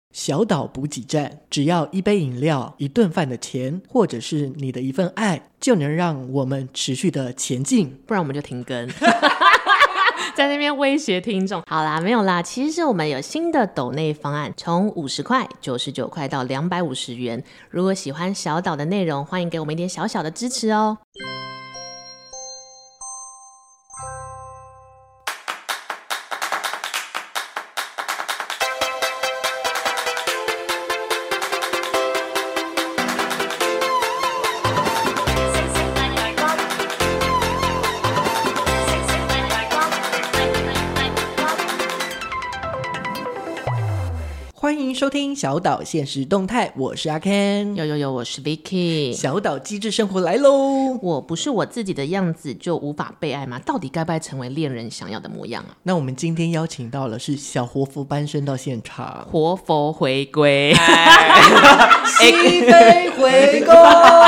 小岛补给站，只要一杯饮料、一顿饭的钱，或者是你的一份爱，就能让我们持续的前进。 不然我们就停更。在那边威胁听众。好啦，没有啦，其实我们有新的抖内方案，从50块、99块到250元。如果喜欢小岛的内容，欢迎给我们一点小小的支持哦。 欢迎收听小岛现实动态，我是阿 Ken。 有，我是 Vicky。 小岛机智生活来喽！ 我不是我自己的样子就无法被爱吗？到底该不该成为恋人想要的模样啊？ 那我们今天邀请到了是小活佛搬身到现场， 活佛回归， 西飞回宫。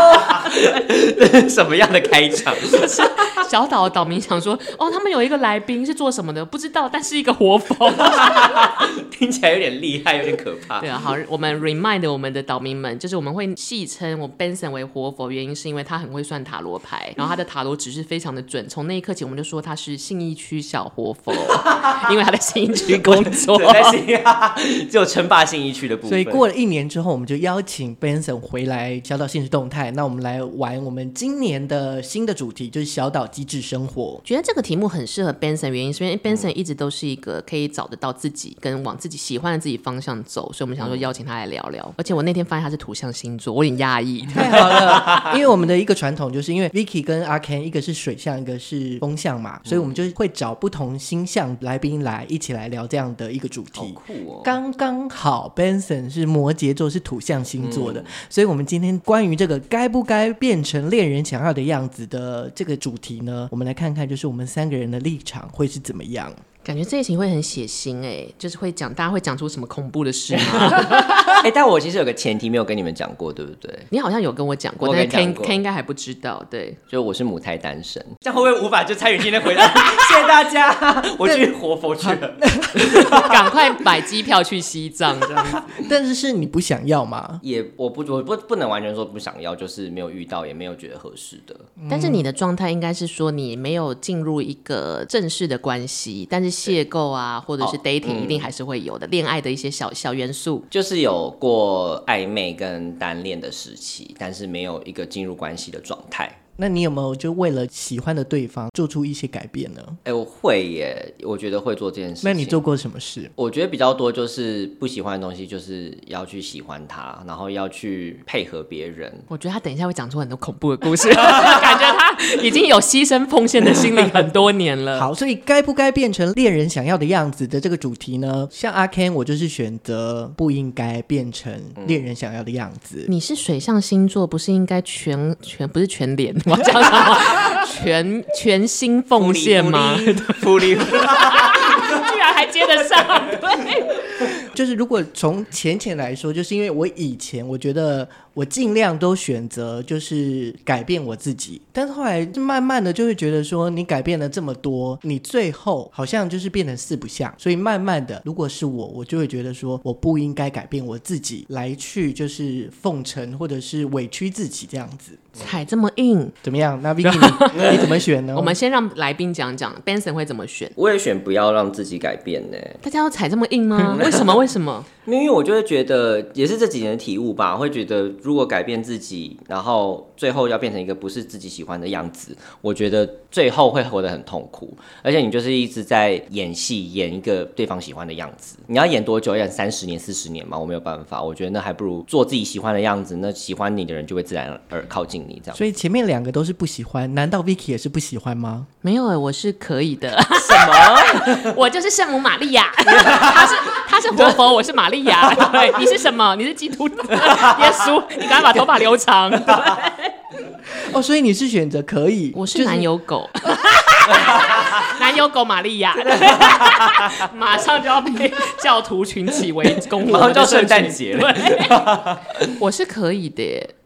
什么样的开场？ 小岛的岛民想说，哦，他们有一个来宾是做什么的？不知道，但是一个活佛， 听起来有点厉害，有点可怕。 对啊，好，我们 remind 我们的岛民们，就是我们会戏称我 Benson 为活佛，原因是因为他很会算塔罗牌，然后他的塔罗指示非常的准。从那一刻起，我们就说他是信义区小活佛，因为他在信义区工作， 只有称霸信义区的部分。 所以过了1年之后，我们就邀请 Benson 回来小岛现实动态。那我们来玩我们今年的新的主题，就是小岛机智生活。 觉得这个题目很适合 Benson， 原因是因为 Benson 一直都是一个可以找得到自己跟往自己喜欢的自己方向走，所以我们想说邀请他来聊聊。而且我那天发现他是土象星座，我有点压抑。 太好了，因为我们的一个传统就是因为 Vicky 跟阿 Ken 一个是水象，一个是风象嘛，所以我们就会找不同星象来宾来一起来聊这样的一个主题。 好酷哦！ 刚刚好 Benson 是摩羯座，是土象星座的，所以我们今天关于这个该不该变成恋人想要的样子的这个主题呢，我们来看看就是我们3个人的立场会是怎么样。 感觉这一期会很血腥就是会讲大家会讲出什么恐怖的事吗？ 但我其实有个前提没有跟你们讲过，对不对？ 你好像有跟我讲过，但是 Ken 应该还不知道。对， 就我是母胎单身，这样会不会无法就参与今天回答？谢谢大家，我去活佛去了， 赶快买机票去西藏这样子。 但是是你不想要吗？ 也我不能完全说不想要，就是没有遇到，也没有觉得合适的。 但是你的状态应该是说你没有进入一个正式的关系，但是邂逅啊，或者是 dating 一定还是会有的，恋爱的一些小元素， 就是有过暧昧跟单恋的时期，但是没有一个进入关系的状态。 那你有没有就为了喜欢的对方做出一些改变呢？ 我会耶，我觉得会做这件事情。 那你做过什么事？我觉得比较多就是不喜欢的东西，就是要去喜欢它，然后要去配合别人。 我觉得他等一下会讲出很多恐怖的故事，感觉他已经有牺牲奉献的心理很多年了。 好，所以该不该变成恋人想要的样子的这个主题呢？像阿 Ken 我就是选择不应该变成恋人想要的样子。 你是水象星座，不是应该不是全脸？我讲什么？全心奉献吗？ 福利， 居然还接得上，对。 就是如果从浅来说，就是因为我以前我觉得我尽量都选择就是改变我自己，但是后来慢慢的就会觉得说你改变了这么多，你最后好像就是变成四不像，所以慢慢的如果是我就会觉得说我不应该改变我自己来去就是奉承或者是委屈自己这样子。 踩这么硬怎么样？那 Vicky 你怎么选呢？ 我们先让来宾讲讲 Benson 会怎么选。 我也选不要让自己改变呢。 大家要踩这么硬吗？为什么？ 因为我就会觉得也是这几年的体悟吧，会觉得如果改变自己，然后最后要变成一个不是自己喜欢的样子，我觉得最后会活得很痛苦，而且你就是一直在演戏，演一个对方喜欢的样子。你要演多久？演30年、40年吗？我没有办法。我觉得那还不如做自己喜欢的样子，那喜欢你的人就会自然而靠近你这样。 所以前面2个都是不喜欢，难道 Vicky 也是不喜欢吗？ 没有我是可以的。 什么？ 我就是圣母玛利亚，他是活佛，我是玛利亚。对，你是什么？你是基督耶稣，你赶快把头发留长。 所以你是选择可以？ 我是男友狗。男友狗玛利亚，马上就要被教徒群起围攻， 马上就要圣诞节了。 我是可以的耶。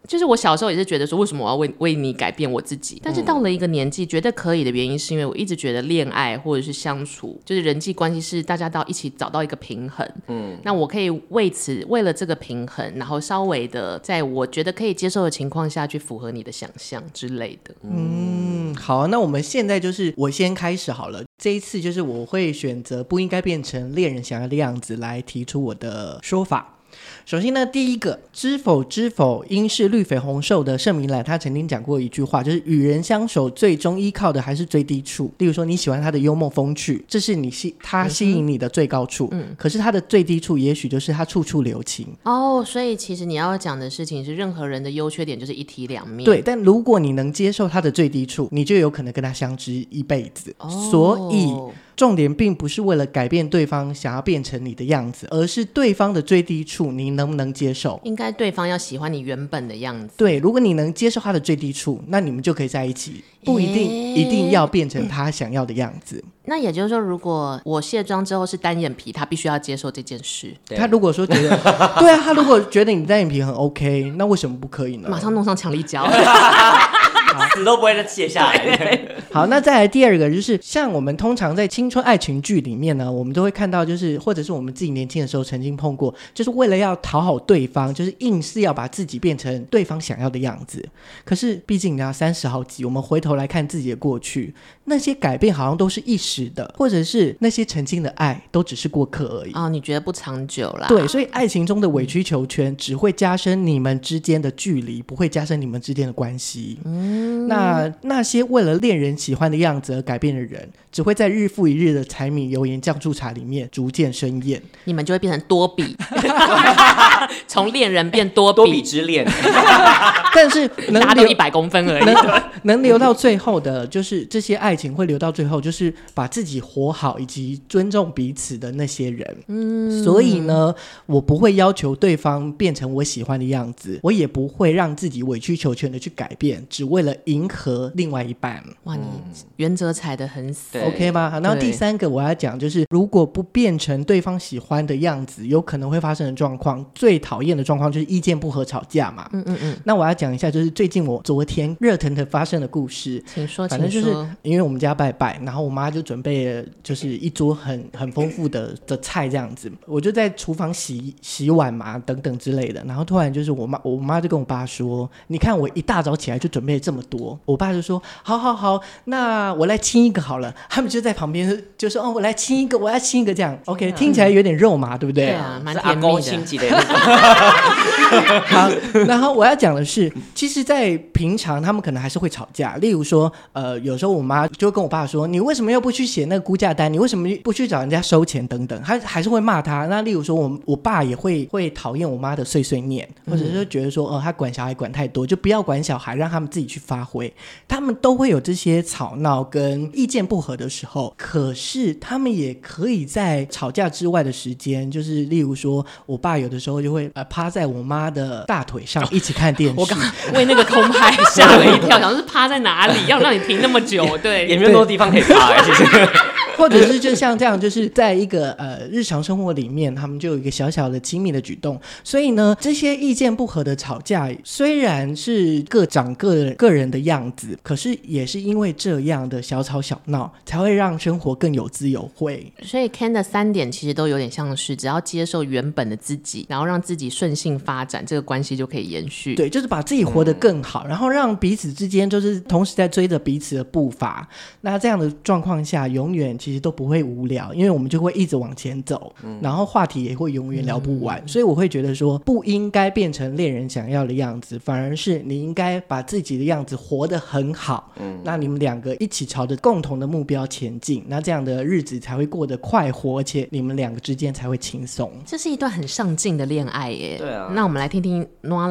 就是我小时候也是觉得说，为什么我要为你改变我自己？但是到了一个年纪，觉得可以的原因，是因为我一直觉得恋爱或者是相处，就是人际关系是大家到一起找到一个平衡。那我可以为了这个平衡，然后稍微的在我觉得可以接受的情况下去符合你的想象之类的。 好，那我们现在就是我先开始好了。这一次就是我会选择不应该变成恋人想要的样子来提出我的说法。首先呢，第一个，知否知否，应是绿肥红瘦的盛明兰，他曾经讲过一句话，就是与人相守最终依靠的还是最低处。例如说你喜欢他的幽默风趣，这是他吸引你的最高处，可是他的最低处也许就是他处处留情。 所以其实你要讲的事情是任何人的优缺点就是一体两面。 对，但如果你能接受他的最低处，你就有可能跟他相知一辈子。所以重点并不是为了改变对方想要变成你的样子，而是对方的最低处你能不能接受。 应该对方要喜欢你原本的样子。 对，如果你能接受他的最低处，那你们就可以在一起，不一定要变成他想要的样子。 那也就是说，如果我卸妆之后是单眼皮，他必须要接受这件事。 他如果说觉得对啊，他如果觉得你单眼皮很 OK， 那为什么不可以呢？ 马上弄上强力胶死都不会再卸下来。 好，那再来第二个，就是像我们通常在青春爱情剧里面呢，我们都会看到，就是或者是我们自己年轻的时候曾经碰过，就是为了要讨好对方，就是硬是要把自己变成对方想要的样子。可是毕竟你要30好几，我们回头来看自己的过去，那些改变好像都是一时的，或者是那些曾经的爱都只是过客而已。 你觉得不长久啦？ 对，所以爱情中的委曲求全只会加深你们之间的距离，不会加深你们之间的关系。那些为了恋人喜欢的样子而改变的人，只会在日复一日的柴米油盐酱醋茶里面逐渐生厌， 你们就会变成多比从恋人变多比之恋但是大家都100公分而已能留到最后的，就是这些爱情会留到最后，就是把自己活好以及尊重彼此的那些人。所以呢，我不会要求对方变成我喜欢的样子，我也不会让自己委曲求全的去改变，只为了迎合另外一半。 哇，你原则踩得很死。 OK 吗？好，然后第三个我要讲就是，如果不变成对方喜欢的样子，有可能会发生的状况，最讨厌的状况就是意见不合吵架嘛。那我要讲一下，就是最近我昨天热腾腾发生的故事。 请说。 反正就是因为我们家拜拜，然后我妈就准备了就是一桌很丰富的菜这样子，我就在厨房洗碗嘛等等之类的，然后突然就是我妈就跟我爸说，你看我一大早起来就准备了这么多。我爸就说好，那我来亲一个好了。他们就在旁边就说我来亲一个，我要亲一个这样。 OK， 听起来有点肉麻，对不对？ 对啊，蛮甜蜜的。是阿公亲戚的好，然后我要讲的是，其实在平常他们可能还是会吵架，例如说有时候我妈就会跟我爸说，你为什么又不去写那个估价单，你为什么不去找人家收钱等等，他还是会骂他。那例如说我爸也会讨厌我妈的碎碎念，或者是觉得说他管小孩管太多，就不要管小孩，让他们自己去发挥。他们都会有这些吵闹跟意见不合的时候，可是他们也可以在吵架之外的时间，就是例如说我爸有的时候就会趴在我妈的大腿上一起看电视。 我刚为那个空拍吓了一跳，想说是趴在哪里，要让你停那么久。对， 也没有那么多地方可以趴其实或者是就像这样，就是在一个日常生活里面，他们就有一个小小的亲密的举动。所以呢，这些意见不合的吵架，虽然是各长个人的样子，可是也是因为这样的小吵小闹，才会让生活更有滋有味。 所以 Ken 的3点其实都有点像是，只要接受原本的自己，然后让自己顺性发展，这个关系就可以延续。 对，就是把自己活得更好，然后让彼此之间就是同时在追着彼此的步伐。那这样的状况下，永远其实都不会无聊，因为我们就会一直往前走，然后话题也会永远聊不完。所以我会觉得说，不应该变成恋人想要的样子，反而是你应该把自己的样子活得很好。那你们两个一起朝着共同的目标前进，那这样的日子才会过得快活，而且你们两个之间才会轻松。 这是一段很上进的恋爱耶。 对啊。 那我们来听听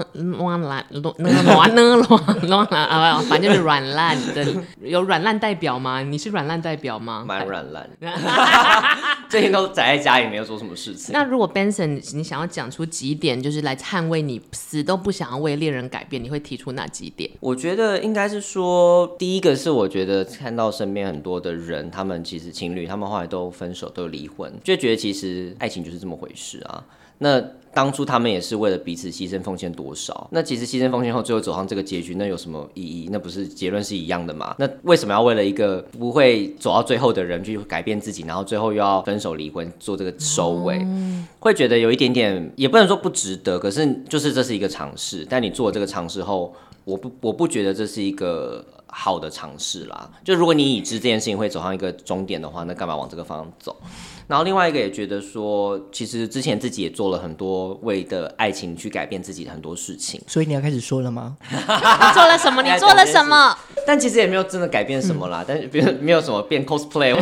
反正就是软烂的。有软烂代表吗？你是软烂代表吗？ 蛮软烂最近都宅在家里没有做什么事情。 那如果 Benson 你想要讲出几点，就是来捍卫你死都不想要为恋人改变，你会提出哪几点？ 我觉得应该是说，第一个是我觉得看到身边很多的人，他们其实情侣他们后来都分手都离婚，就觉得其实爱情就是这么回事啊。那当初他们也是为了彼此牺牲奉献多少。那其实牺牲奉献后最后走上这个结局，那有什么意义？那不是结论是一样的吗？那为什么要为了一个不会走到最后的人去改变自己，然后最后又要分手离婚做这个收尾？会觉得有一点点，也不能说不值得，可是就是这是一个尝试。但你做了这个尝试后，我不觉得这是一个好的尝试啦。就如果你已知这件事情会走上一个终点的话，那干嘛往这个方向走？然后另外一个也觉得说，其实之前自己也做了很多为的爱情去改变自己的很多事情。 所以你要开始说了吗？ 你做了什么？你做了什么？ 但其实也没有真的改变什么啦，但是没有什么变 cosplay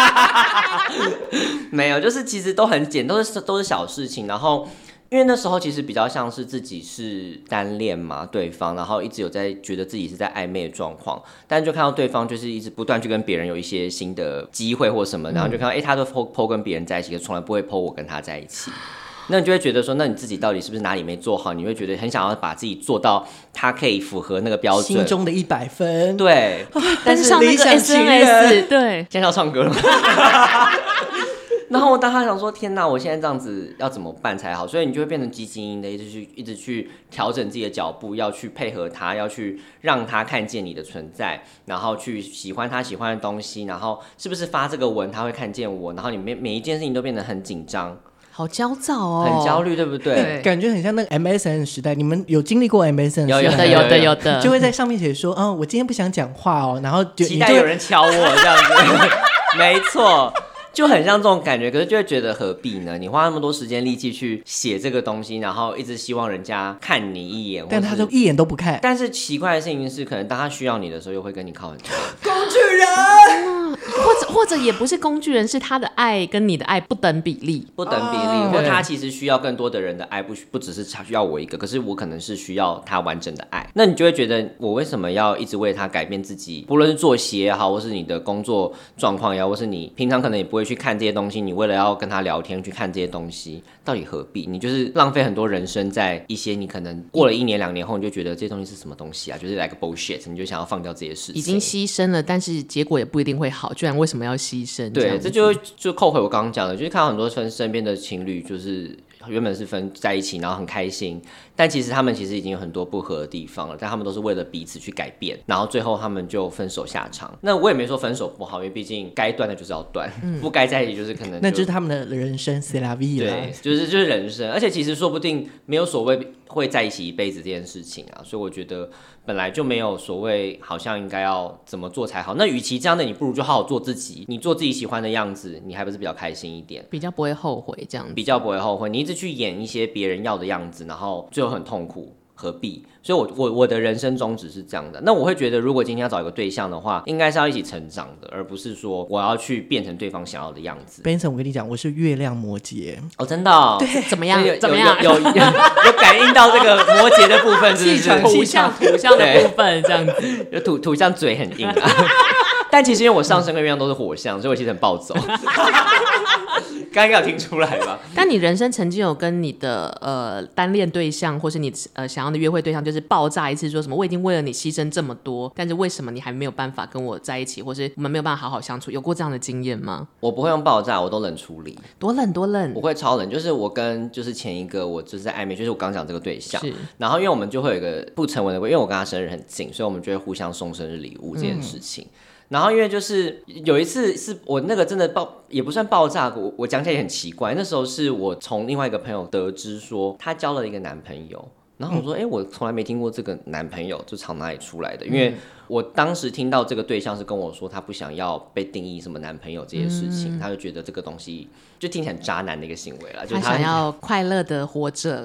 没有，就是其实都很简，都是小事情。然后因为那时候其实比较像是自己是单恋嘛，对方，然后一直有在觉得自己是在暧昧的状况，但就看到对方就是一直不断去跟别人有一些新的机会或什么，然后就看到他都 po 跟别人在一起，可从来不会 po 我跟他在一起。那你就会觉得说，那你自己到底是不是哪里没做好？你会觉得很想要把自己做到他可以符合那个标准， 心中的100分。 对，但是上那个 SMS， 对， 现在要唱歌了吗？然后我当时想说，天哪，我现在这样子要怎么办才好？所以你就会变成积极营的，一直去调整自己的脚步，要去配合他，要去让他看见你的存在，然后去喜欢他喜欢的东西，然后是不是发这个文他会看见我，然后你每一件事情都变得很紧张。 好焦躁哦， 很焦虑，对不对？ 对， 感觉很像那个 MSN 时代。你们有经历过 MSN 时代？ 有的， 就会在上面写说，我今天不想讲话哦，然后期待有人敲我这样子，没错。就很像这种感觉，可是就会觉得何必呢？你花那么多时间力气去写这个东西，然后一直希望人家看你一眼， 但他就一眼都不看。 但是奇怪的事情是，可能当他需要你的时候，又会跟你靠很近。 工具人， 或者也不是工具人，是他的爱跟你的爱不等比例， 或他其实需要更多的人的爱，不只是需要我一个，可是我可能是需要他完整的爱。那你就会觉得，我为什么要一直为他改变自己？不论是作息也好，或是你的工作状况也好，或是你平常可能也不会去看这些东西，你为了要跟他聊天去看这些东西，到底何必？你就是浪费很多人生在一些你可能过了1年2年后，你就觉得这些东西是什么东西啊？就是 like bullshit， 你就想要放掉这些事情。 已经牺牲了，但是结果也不一定会好，居然为什么要牺牲？ 对，这就扣回我刚刚讲的，就是看到很多身边的情侣，就是原本是分在一起，然后很开心，但其实他们其实已经有很多不合的地方了，但他们都是为了彼此去改变，然后最后他们就分手下场。那我也没说分手不好，因为毕竟该断的就是要断，不该在一起就是可能那就是他们的人生 c'est la vie 啦。 对，就是人生，而且其实说不定没有所谓会在一起一辈子这件事情啊，所以我觉得本来就没有所谓好像应该要怎么做才好。那与其这样的，你不如就好好做自己，你做自己喜欢的样子，你还不是比较开心一点， 比较不会后悔这样子， 比较不会后悔。你一直去演一些别人要的样子，然后最后很痛苦，何必？所以我的人生宗旨是这样的。那我会觉得，如果今天要找一个对象的话，应该是要一起成长的，而不是说我要去变成对方想要的样子。 Benson， 我跟你讲，我是月亮摩羯哦，真的哦？ 对，怎么样？怎么样？ 有感应到这个摩羯的部分，是不是？ 土象的部分这样子， 土象嘴很硬啊。但其实因为我上升跟月亮都是火象，所以我其实很暴走。刚刚有听出来吧？ 但你人生曾经有跟你的单恋对象，或是你想要的约会对象，就是爆炸一次，说什么我已经为了你牺牲这么多，但是为什么你还没有办法跟我在一起，或是我们没有办法好好相处？有过这样的经验吗？ 我不会用爆炸，我都冷处理。 多冷？ 我会超冷，就是我跟就是前一个我就是在暧昧，就是我刚讲这个对象，然后因为我们就会有一个不成文的规，因为我跟他生日很近，所以我们就会互相送生日礼物这件事情。然后因为就是有一次是我那个真的也不算爆炸，我讲起来也很奇怪。那时候是我从另外一个朋友得知说她交了一个男朋友，然后我说我从来没听过这个男朋友就从哪里出来的，因为我当时听到这个对象是跟我说他不想要被定义什么男朋友这些事情，他就觉得这个东西就听起来很渣男的一个行为啦，就是他想要快乐的活着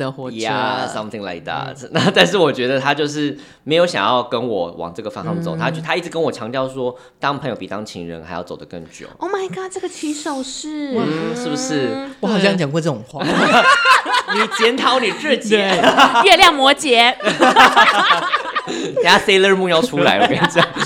，yeah something like that。那但是我觉得他就是没有想要跟我往这个方向走，他一直跟我强调说，当朋友比当情人还要走得更久。 Oh my god， 这个起手式， 是不是？ 我好像讲过这种话。 你检讨你自己， 月亮摩羯。 等下 Sailor Moon 要出来，我跟你讲。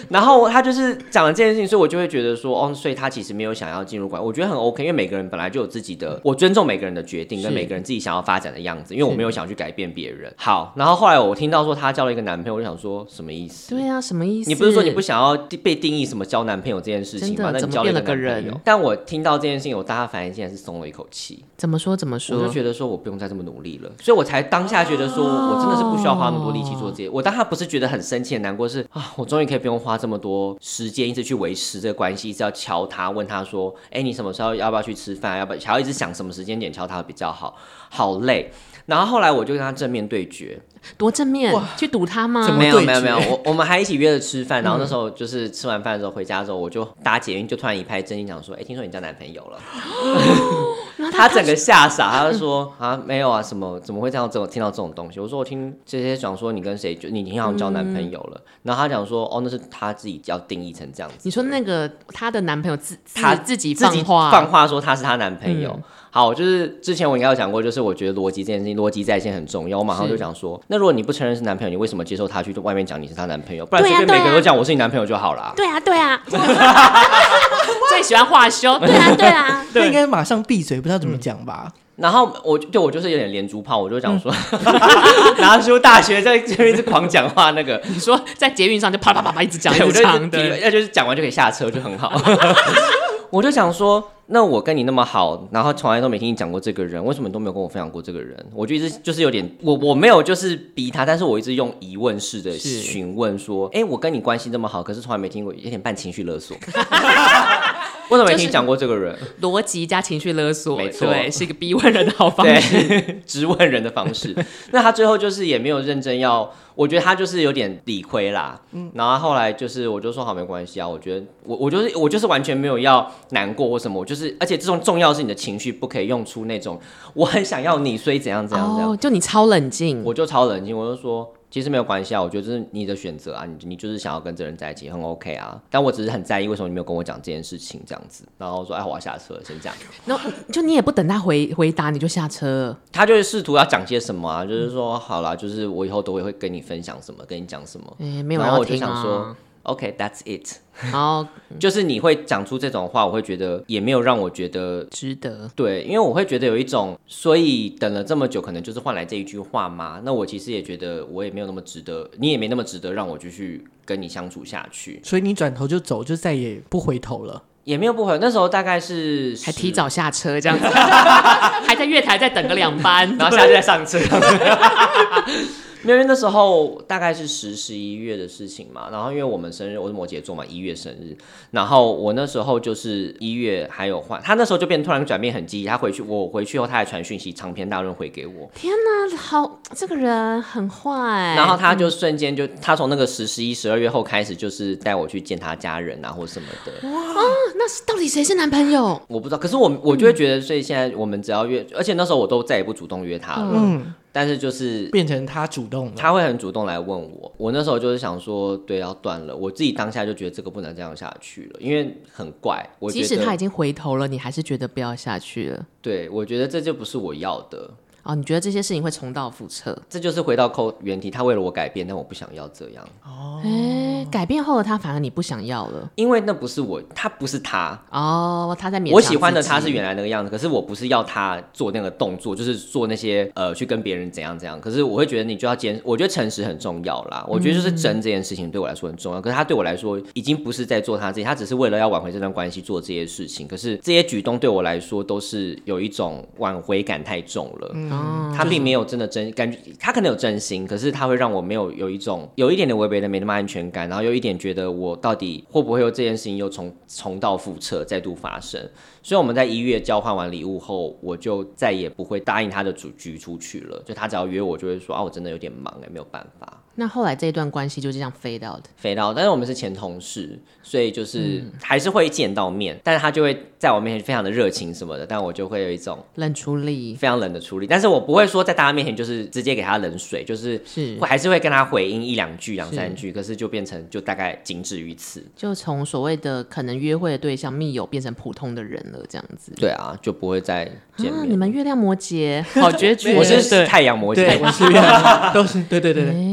然后他就是讲了这件事情，所以我就会觉得说，哦，所以他其实没有想要进入管，我觉得很 OK， 因为每个人本来就有自己的，我尊重每个人的决定跟每个人自己想要发展的样子，因为我没有想去改变别人。好，然后后来我听到说他交了一个男朋友，我就想说什么意思？ 对啊，什么意思？ 你不是说你不想要被定义什么交男朋友这件事情吗？那你交了一个男朋友，但我听到这件事情，我大家反应竟然是松了一口气。 怎么说？我就觉得说我不用再这么努力了，所以我才当下觉得说我真的是不需要花那么多力气做这些。我当下不是觉得很生气、很难过，是啊，我终于可以不用花这么多时间一直去维持这个关系，一直要敲他，问他说，你什么时候要不要去吃饭？要不要？还要一直想什么时间点敲他会比较好，好累。然后后来我就跟他正面对决， 多正面？去堵他吗？ 没有，我们还一起约了吃饭，然后那时候就是吃完饭之后回家之后，我就搭捷运就突然一派正经讲说，听说你交男朋友了。他整个吓傻，他就说啊没有啊，什么怎么会这样？听到这种东西，我说我听这些讲说你跟谁，你好像交男朋友了，然后他讲说那是他自己要定义成这样子。 你说那个他的男朋友他自己放话说他是他男朋友。好，就是之前我应该有讲过，就是我觉得逻辑这件事情，逻辑在线很重要。我马上就讲说，那如果你不承认是男朋友，你为什么接受他去外面讲你是他男朋友？不然随便每个人都讲我是你男朋友就好了。 对啊，最喜欢话修。对啊， 那应该马上闭嘴，不知道怎么讲吧。 然后我就是有点连珠炮，我就讲说，拿出大学在这边一直狂讲话那个， 你说在捷运上就啪啪啪啪一直讲，一直长的， 那就是讲完就可以下车，就很好。我就想说，那我跟你那么好，然后从来都没听你讲过这个人，为什么你都没有跟我分享过这个人？我就一直就是有点，我没有就是逼他，但是我一直用疑问式的询问说，我跟你关系这么好，可是从来没听过，有点半情绪勒索。为什么没听你讲过这个人？ 逻辑加情绪勒索， 没错， 对，是一个逼问人的好方式， 质问人的方式。那他最后就是也没有认真要，我觉得他就是有点理亏啦。然后后来就是我就说好没关系啊，我觉得我就是完全没有要难过或什么，我就是而且这种重要是你的情绪不可以用出那种我很想要你，所以怎样怎样怎样。 就你超冷静， 我就超冷静，我就说。其实没有关系啊，我觉得这是你的选择啊，你就是想要跟这人在一起，很 OK 啊。但我只是很在意为什么你没有跟我讲这件事情这样子，然后说我要下车了，先这样。 然后就你也不等他回答，你就下车了。 他就是试图要讲些什么啊，就是说好啦，就是我以后都会跟你分享什么，跟你讲什么。 没有人要听啊。 然后我就想说 ，OK, that's it。 然后就是你会讲出这种话，我会觉得也没有让我觉得值得。 对，因为我会觉得有一种，所以等了这么久，可能就是换来这一句话吗？那我其实也觉得我也没有那么值得，你也没那么值得让我继续跟你相处下去。 所以你转头就走，就再也不回头了。 也没有不回，那时候大概是还提早下车这样子，还在月台再等个2班， 然后下去再上车。因为那时候大概是11月的事情嘛，然后因为我们生日，我是摩羯座嘛，1月生日，然后我那时候就是1月还有换，他那时候就突然转变很积极，我回去后他还传讯息长篇大论回给我。 天哪，好，这个人很坏。 然后他就瞬间他从那个11、12月后开始，就是带我去见他家人啊或什么的。 哇，那到底谁是男朋友？ 我不知道，可是我就会觉得，所以现在我们只要约，而且那时候我都再也不主动约他了。但是就是变成他主动了， 他会很主动来问我。我那时候就是想说，对，要断了。我自己当下就觉得这个不能这样下去了，因为很怪。我觉得即使他已经回头了，你还是觉得不要下去了。 对，我觉得这就不是我要的。 你觉得这些事情会重蹈覆辙？ 这就是回到原题，他为了我改变，但我不想要这样。 改变后的他反而你不想要了， 因为那不是我，他不是他。 他在勉强我喜欢的他是原来那个样子，可是我不是要他做那个动作，就是做那些去跟别人怎样怎样。可是我会觉得你就要我觉得诚实很重要啦。我觉得就是真这件事情对我来说很重要。可是他对我来说已经不是在做他自己，他只是为了要挽回这段关系做这些事情。可是这些举动对我来说都是有一种挽回感太重了。他并没有真的感觉，他可能有真心，可是他会让我有一点点微微的没那么安全感，然后有一点觉得我到底会不会有这件事情又重蹈覆辙再度发生。所以我们在1月交换完礼物后，我就再也不会答应他的局出去了。就他只要约我，就会说我真的有点忙没有办法。 那后来这一段关系就这样飞到， 但是我们是前同事，所以就是还是会见到面，但是他就会在我面前非常的热情什么的，但我就会有一种冷处理， 非常冷的处理。但是我不会说在大家面前就是直接给他冷水，就是还是会跟他回应1-2句、2-3句，可是就变成就大概仅止于此， 就从所谓的可能约会的对象密友变成普通的人了，这样子。 对啊，就不会再见面。 你们月亮摩羯好决绝， 我是太阳摩羯， 对，我是月亮，都是对。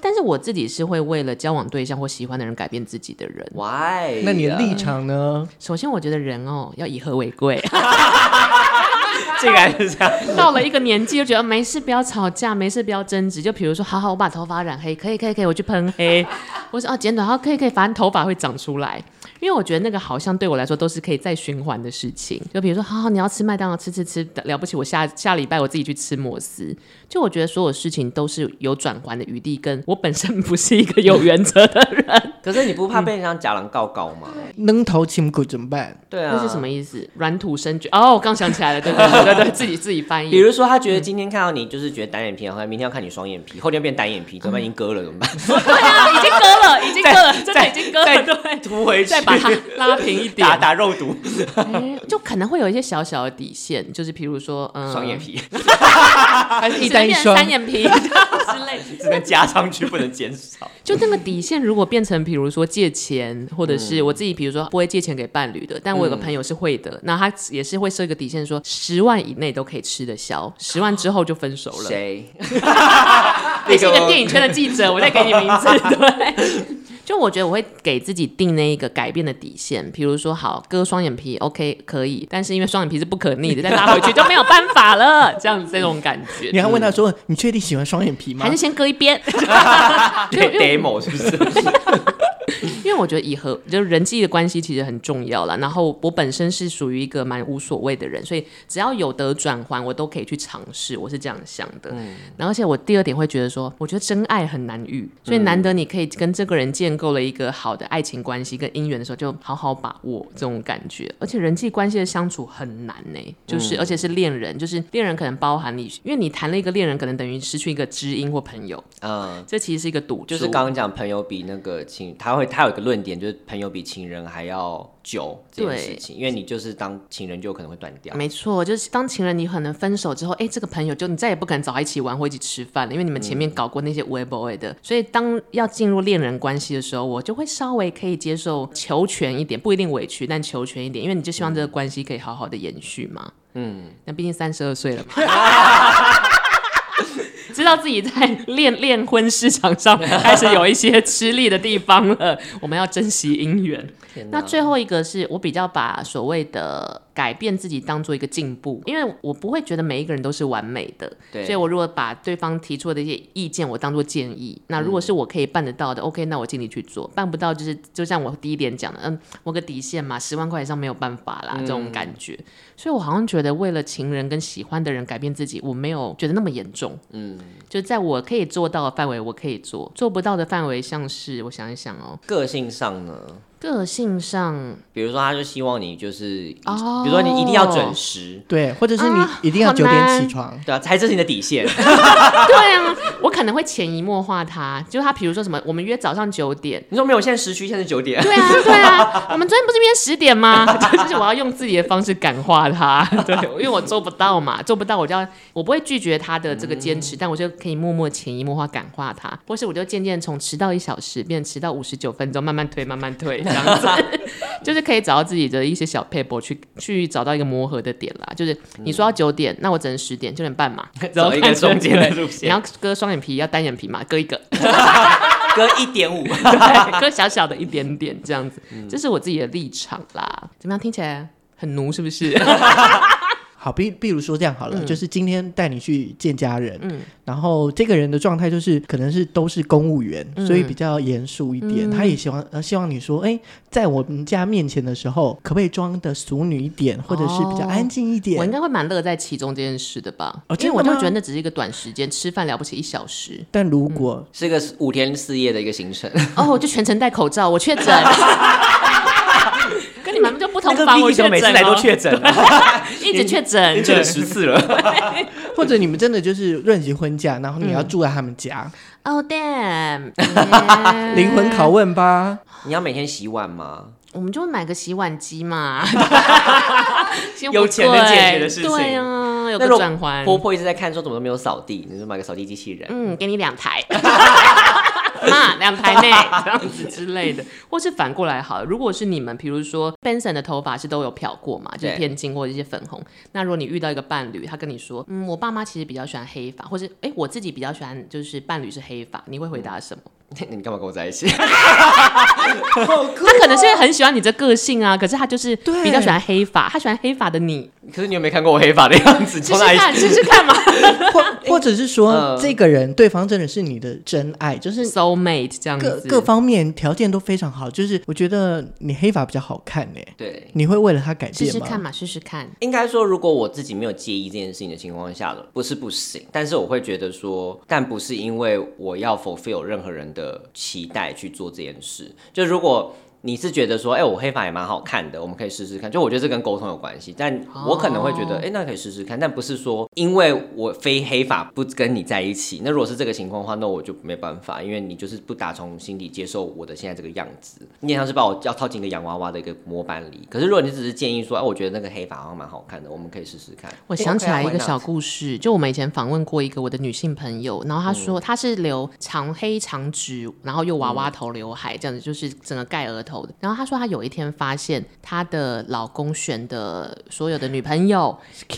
但是我自己是会为了交往对象或喜欢的人改变自己的人。 Why？ 那你的立场呢？ 首先我觉得人要以和为贵。 竟然是这样。 到了一个年纪就觉得没事不要吵架，没事不要争执，就比如说好好我把头发染黑，可以我去喷黑，或是剪短，好可以，反正头发会长出来。因为我觉得那个好像对我来说都是可以再循环的事情，就比如说好你要吃麦当劳吃了不起，我下礼拜我自己去吃摩斯。就我觉得所有事情都是有转换的余地，跟我本身不是一个有原则的人。 可是你不怕被人家假狼告告吗？ 扔头亲骨怎么办？ 对啊， 那是什么意思？软土生绝我刚想起来了，对，自己翻译。 比如说他觉得今天看到你就是觉得单眼皮，然后明天要看你双眼皮，后天变单眼皮，怎么办？已经割了怎么办？ 对啊，已经割了，真的已经割了，对， 涂回去， 再把它拉平一点， 打肉毒， 就可能会有一些小小的底线，就是譬如说， 双眼皮， 还是一单一双三眼皮之类， 只能加上去，不能减少。 就那个底线，如果变成比如说借钱，或者是我自己，比如说不会借钱给伴侣的，但我有个朋友是会的，那他也是会设一个底线，说10万以内都可以吃得消，10万之后就分手了。 谁？ 你是一个电影圈的记者，我再给你名字。对。就我觉得我会给自己定那一个改变的底线，比如说好割双眼皮 OK 可以，但是因为双眼皮是不可逆的，再拉回去就没有办法了，这样子这种感觉。 你还问他说你确定喜欢双眼皮吗？ 还是先割一边 ？demo 是不是？ 因为我觉得就是人际的关系其实很重要啦，然后我本身是属于一个蛮无所谓的人，所以只要有得转换我都可以去尝试，我是这样想的。然后而且我第二点会觉得说，我觉得真爱很难遇，所以难得你可以跟这个人建构了一个好的爱情关系跟姻缘的时候，就好好把握这种感觉。而且人际关系的相处很难欸，就是而且是恋人，就是恋人可能包含你，因为你谈了一个恋人，可能等于失去一个知音或朋友，这其实是一个赌注。 就是刚刚讲朋友比那个情，他有一个论点，就是朋友比情人还要久这件事情，因为你就是当情人就有可能会断掉。 没错，就是当情人你可能分手之后，这个朋友就你再也不可能找他一起玩或一起吃饭了，因为你们前面搞过那些微博的，所以当要进入恋人关系的时候，我就会稍微可以接受求全一点，不一定委屈，但求全一点，因为你就希望这个关系可以好好的延续嘛。那毕竟32岁了嘛。知道自己在恋婚市场上开始有一些吃力的地方了，我们要珍惜姻缘。那最后一个是我比较把所谓的改变自己当做一个进步，因为我不会觉得每一个人都是完美的，所以我如果把对方提出的一些意见我当做建议，那如果是我可以办得到的，OK， 那我尽力去做，办不到就像我第一点讲的，我个底线嘛，10万块以上没有办法啦，这种感觉。所以我好像觉得为了情人跟喜欢的人改变自己，我没有觉得那么严重。就在我可以做到的范围我可以做，做不到的范围像是我想一想个性上呢？ 个性上， 比如说他就希望你就是，比如说你一定要准时， 对，或者是你一定要9点起床， 对啊，这是你的底线。 对啊，我可能会潜移默化他，就是他比如说什么，我们约早上9点， 你说没有，现在时区现在是9点。 对啊，我们昨天不是约10点吗？就是我要用自己的方式感化他，对，因为我做不到嘛，做不到我不会拒绝他的这个坚持，但我就可以默默潜移默化感化他，或是我就渐渐从迟到1小时变迟到59分钟，慢慢推。这样子就是可以找到自己的一些小 paper 去找到一个磨合的点啦。就是你说要9点，那我只能10点9点半嘛， 找一个中间的路线。 你要割双眼皮要单眼皮嘛，割一个， 割1.5， 对，割小小的一点点这样子，这是我自己的立场啦。怎么样？听起来很奴是不是？ 好，比如说这样好了，就是今天带你去见家人，然后这个人的状态就是可能都是公务员，所以比较严肃一点，他也希望你说，在我们家面前的时候，可不可以装的淑女一点，或者是比较安静一点？ 我应该会蛮乐在其中这件事的吧，因为我就觉得那只是一个短时间，吃饭了不起1小时， 但如果是个5天4夜的一个行程， 我就全程戴口罩，我确诊。跟你们就不同房，我确诊， 每次来都确诊， 一直确诊， 你确诊10次了。 或者你们真的就是论及婚嫁，然后你要住在他们家 ，Oh damn， 灵魂拷问吧。 你要每天洗碗吗？ 我们就买个洗碗机嘛， 有钱能解决的事情。 对啊，有个转换。 婆婆一直在看说怎么都没有扫地，你就买个扫地机器人。 给你2台。妈，2台内这样子之类的，或是反过来好了。如果是你们，比如说 Benson 的头发是都有漂过嘛，就是偏金或者一些粉红。那如果你遇到一个伴侣，他跟你说，我爸妈其实比较喜欢黑发，或是我自己比较喜欢就是伴侣是黑发，你会回答什么？ 你干嘛跟我在一起？ 他可能是很喜欢你这个性啊，可是他就是比较喜欢黑发，他喜欢黑发的你。 可是你有没有看过我黑发的样子？ 试试看嘛。 或者是说，这个人对方真的是你的真爱，就是 soul mate 这样子， 各方面条件都非常好。就是我觉得你黑发比较好看呢。 对， 你会为了他改变吗？ 试试看嘛，试试看。 应该说，如果我自己没有介意这件事情的情况下了，不是不行，但是我会觉得说，但不是因为我要 fulfill 任何人的期待去做这件事。就如果你是觉得说，我黑发也蛮好看的，我们可以试试看。就我觉得这跟沟通有关系，但我可能会觉得，那可以试试看，但不是说因为我非黑发不跟你在一起。那如果是这个情况的话，那我就没办法，因为你就是不打从心底接受我的现在这个样子，你也像是把我要套进一个洋娃娃的一个模板里。可是如果你只是建议说，我觉得那个黑发好像蛮好看的，我们可以试试看。 我想起来一个小故事，就我们以前访问过一个我的女性朋友，然后她说她是留长黑长直，然后又娃娃头刘海这样子，就是整个盖额头的。然后她说她有一天发现她的老公选的所有的女朋友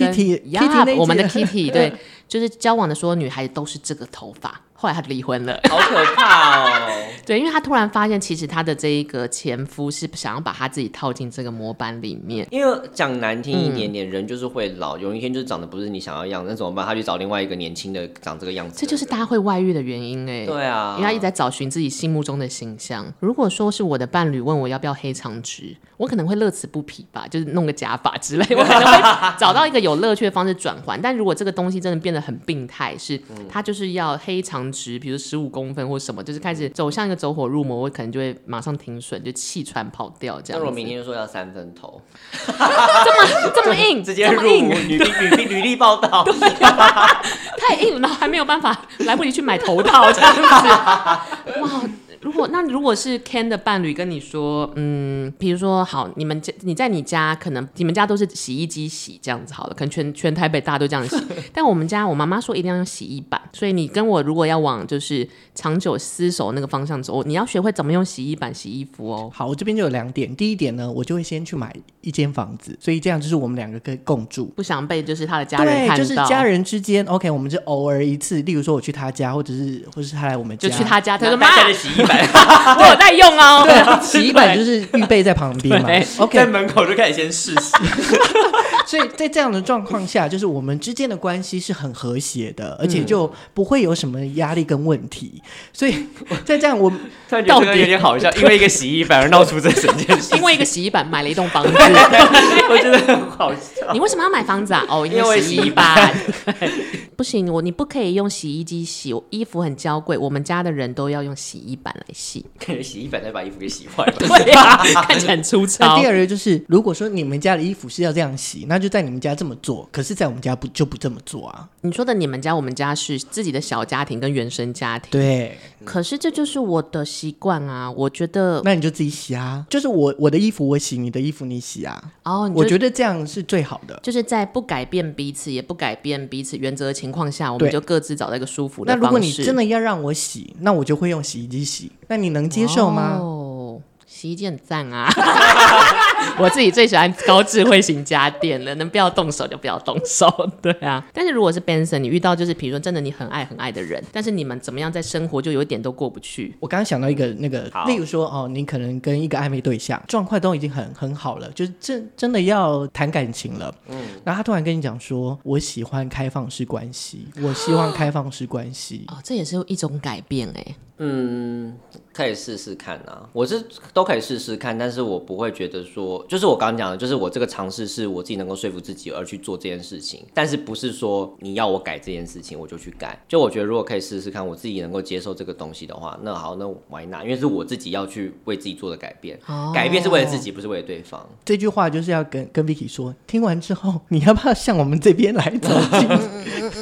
Kitty 我们的 Kitty 对，就是交往的所有女孩子都是这个头发。后来她离婚了， 好可怕哦！ 对，因为她突然发现，其实她的这一个前夫是想要把她自己套进这个模板里面。 因为讲难听一点点，人就是会老，有一天就是长得不是你想要的样子，那怎么办？他去找另外一个年轻的长这个样子的人， 这就是大家会外遇的原因哎。 对啊， 因为他一直在找寻自己心目中的形象。如果说是我的伴侣问我要不要黑长直，我可能会乐此不疲吧，就是弄个假发之类，我可能会找到一个有乐趣的方式转换。但如果这个东西真的变得很病态，是他就是要黑长直，比如15公分或什么，就是开始走向一个走火入魔，我可能就会马上停损，就气喘跑掉这样子。 那我明天就说要3分头， 这么硬， 直接入伍履历报道， 太硬了，然后还没有办法，来不及去买头套这样子。哇！如果是 Ken 的伴侣跟你说，比如说好，你在你家可能你们家都是洗衣机洗这样子好了，可能全台北大家都这样洗，但我们家我妈妈说一定要用洗衣板，所以你跟我如果要往就是长久厮守那个方向走，你要学会怎么用洗衣板洗衣服哦。 好，我这边就有2点。第一点呢，我就会先去买一间房子，所以这样就是我们2个可以共住， 不想被就是他的家人看到。 对，就是家人之间 OK， 我们就偶尔一次，例如说我去他家，或者是他来我们家， 就去他家，他说妈带着洗衣板， 我有在用哦。 对，洗衣板就是预备在旁边嘛。OK， 在门口就开始先试洗。 所以在这样的状况下，就是我们之间的关系是很和谐的，而且就不会有什么压力跟问题。所以在这样，我突然觉得这个有点好笑，因为一个洗衣板而闹出这整件事。 因为一个洗衣板买了一栋房子， 我觉得很好笑。 你为什么要买房子啊？哦，因为洗衣板。不行，你不可以用洗衣机洗衣服，很娇贵。我们家的人都要用洗衣板来洗， 感觉洗衣板才把衣服给洗坏了。 对啊，看起来很粗糙。 那第二个就是，如果说你们家的衣服是要这样洗，那就在你们家这么做，可是在我们家就不这么做啊。 你说的你们家我们家是自己的小家庭跟原生家庭， 对。 可是这就是我的习惯啊，我觉得。 那你就自己洗啊，就是我的衣服我洗，你的衣服你洗啊。 哦， 我觉得这样是最好的， 就是在不改变彼此也不改变彼此原则的情况下，我们就各自找到一个舒服的方式。 那如果你真的要让我洗，那我就会用洗衣机洗，那你能接受吗？ 哦，洗衣机很赞啊。我自己最喜欢高智慧型家电了，能不要动手就不要动手。对啊，但是如果是 Benson， 你遇到就是比如说真的你很爱很爱的人，但是你们怎么样在生活就有一点都过不去。 我刚刚想到一个那个，例如说你可能跟一个暧昧对象状况都已经很好了，就是真的要谈感情了，然后他突然跟你讲说，我喜欢开放式关系，我希望开放式关系。 哦，这也是一种改变哎。 可以试试看啊，我是都可以试试看，但是我不会觉得说，就是我刚刚讲的，就是我这个尝试是我自己能够说服自己而去做这件事情，但是不是说你要我改这件事情我就去改。就我觉得如果可以试试看，我自己能够接受这个东西的话，那好，那 why not？ 因为是我自己要去为自己做的改变，改变是为了自己，不是为了对方。 这句话就是要跟 Vicky 说，听完之后你要不要向我们这边来走进？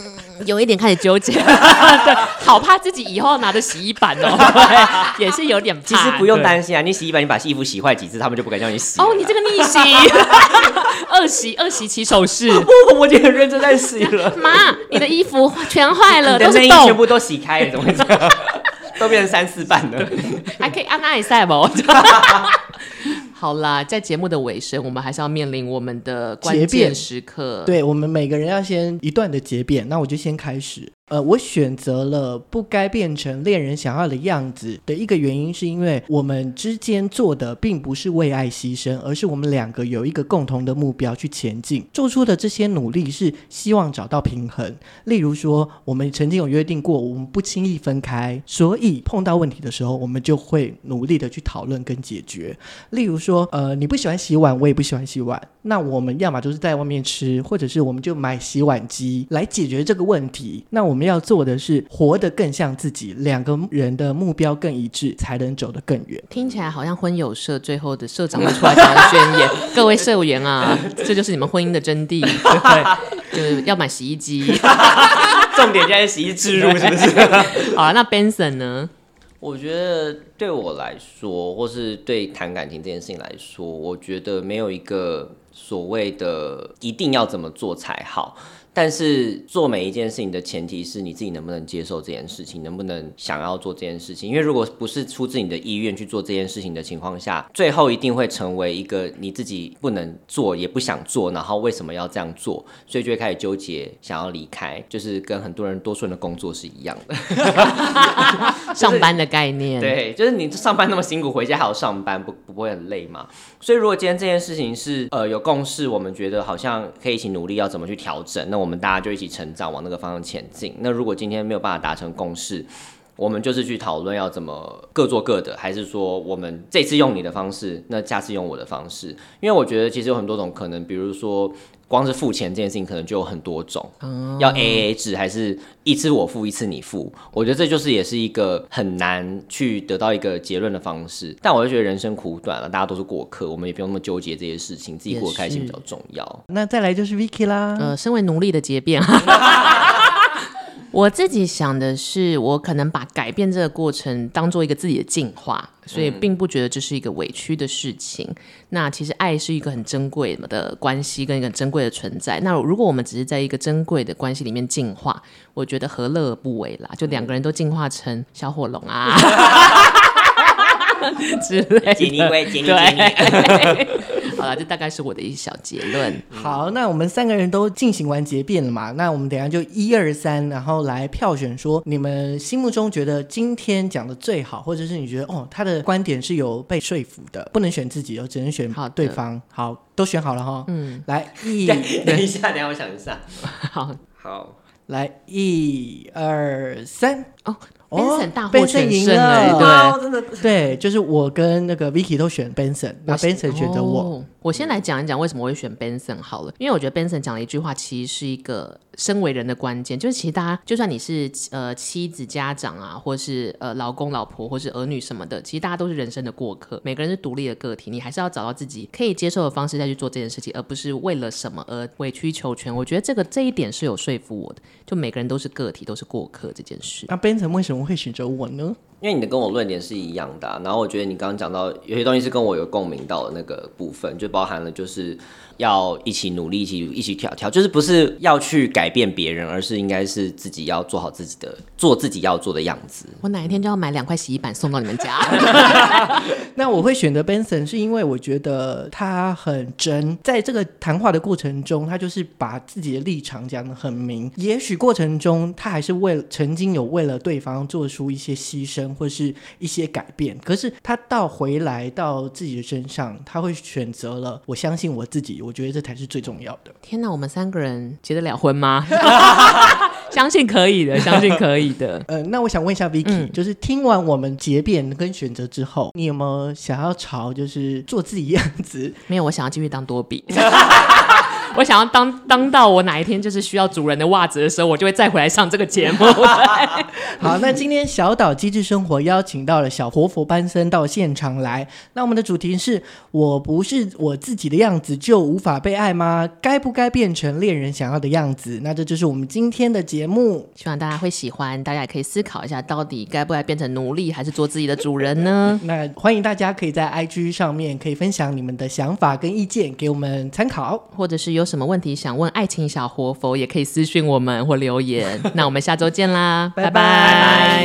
有一点开始纠结，对，好怕自己以后拿着洗衣板哦，也是有点怕。 其实不用担心啊，你洗衣板你把衣服洗坏几次，他们就不敢叫你洗。 哦，你这个逆袭，二洗起手式。 我已经很认真在洗了。 妈，你的衣服全坏了， 你的内衣都是洞， 全部都洗开了，怎么会这样？都变成3-4瓣了， 还可以按按一下不？好啦，在节目的尾声，我们还是要面临我们的关键时刻。 对，我们每个人要先一段的结辩，那我就先开始。我选择了不该变成恋人想要的样子的一个原因，是因为我们之间做的并不是为爱牺牲，而是我们两个有一个共同的目标去前进，做出的这些努力是希望找到平衡。例如说，我们曾经有约定过，我们不轻易分开，所以碰到问题的时候，我们就会努力的去讨论跟解决。例如说，你不喜欢洗碗，我也不喜欢洗碗，那我们要么就是在外面吃，或者是我们就买洗碗机来解决这个问题。那我们要做的是活得更像自己，两个人的目标更一致，才能走得更远。 听起来好像婚友社最后的社长会出来讲的宣言。各位社员啊，这就是你们婚姻的真谛，对，就是要买洗衣机。 重点现在是洗衣置入，是不是？ 好了，那 Benson 呢？ 我觉得对我来说，或是对谈感情这件事情来说，我觉得没有一个所谓的一定要怎么做才好。但是做每一件事情的前提是你自己能不能接受这件事情，能不能想要做这件事情。因为如果不是出自你的意愿去做这件事情的情况下，最后一定会成为一个你自己不能做也不想做，然后为什么要这样做，所以就会开始纠结想要离开，就是跟很多人多数人的工作是一样的。 上班的概念。 对，就是你上班那么辛苦，回家还要上班，不会很累吗？所以如果今天这件事情是有共识，我们觉得好像可以一起努力要怎么去调整，那我们大家就一起成长，往那个方向前进。那如果今天没有办法达成共识，我们就是去讨论要怎么各做各的，还是说我们这次用你的方式，那下次用我的方式。因为我觉得其实有很多种可能，比如说光是付钱这件事情可能就有很多种，要 AA 制还是一次我付一次你付，我觉得这就是也是一个很难去得到一个结论的方式。但我就觉得人生苦短了，大家都是过客，我们也不用那么纠结这些事情，自己过得开心比较重要。 那再来就是 Vicky 啦， 身为奴隶的结辩。我自己想的是，我可能把改变这个过程当做一个自己的进化，所以并不觉得这是一个委屈的事情。那其实爱是一个很珍贵的关系，跟一个很珍贵的存在。那如果我们只是在一个珍贵的关系里面进化，我觉得何乐而不为啦？就两个人都进化成小火龙啊之类的， 解你龟，解你。 好了，这大概是我的一小结论。 好，那我们3个人都进行完结辩了嘛？那我们等一下就1、2、3，然后来票选说你们心目中觉得今天讲的最好，或者是你觉得他的观点是有被说服的，不能选自己，只能选对方。好，都选好了哈。来等一下，我想一下。好， 来1、2、3。 Benson 大获全胜了，对，就是我跟那个 Vicky 都选 Benson， 那 Benson 选择我。 我先来讲一讲为什么我会选 Benson 好了，因为我觉得 Benson 讲了一句话，其实是一个身为人的关键，就是其实大家就算你是妻子、家长啊，或是老公、老婆，或是儿女什么的，其实大家都是人生的过客，每个人是独立的个体，你还是要找到自己可以接受的方式再去做这件事情，而不是为了什么而委曲求全。我觉得这一点是有说服我的，就每个人都是个体，都是过客这件事。 那 Benson 为什么会选择我呢？ 因为你的跟我论点是一样的然后我觉得你刚刚讲到有些东西是跟我有共鸣到的那个部分，就包含了就是要一起努力，一起调，就是不是要去改变别人，而是应该是自己要做好自己的，做自己要做的样子。 我哪一天就要买2块洗衣板送到你们家。 那我会选择 Benson 是因为我觉得他很真，在这个谈话的过程中，他就是把自己的立场讲得很明。也许过程中他还是曾经有为了对方做出一些牺牲或是一些改变，可是他回来到自己的身上，他会选择了我相信我自己，我觉得这才是最重要的。 天哪，我们3个人结得了婚吗？相信可以的，相信可以的。 那我想问一下 Vicky，就是听完我们结辩跟选择之后，你有没有想要朝就是做自己样子？ 没有，我想要继续当多比。 我想要当到我哪一天就是需要主人的袜子的时候，我就会再回来上这个节目。 好，那今天小岛机智生活邀请到了小活佛班森到现场来，那我们的主题是我不是我自己的样子就无法被爱吗？该不该变成恋人想要的样子？那这就是我们今天的节目， 希望大家会喜欢，大家也可以思考一下到底该不该变成奴隶还是做自己的主人呢？ 那欢迎大家可以在 IG 上面可以分享你们的想法跟意见给我们参考， 或者是有什么问题想问爱情小活佛也可以私讯我们或留言。那我们下周见啦，拜拜。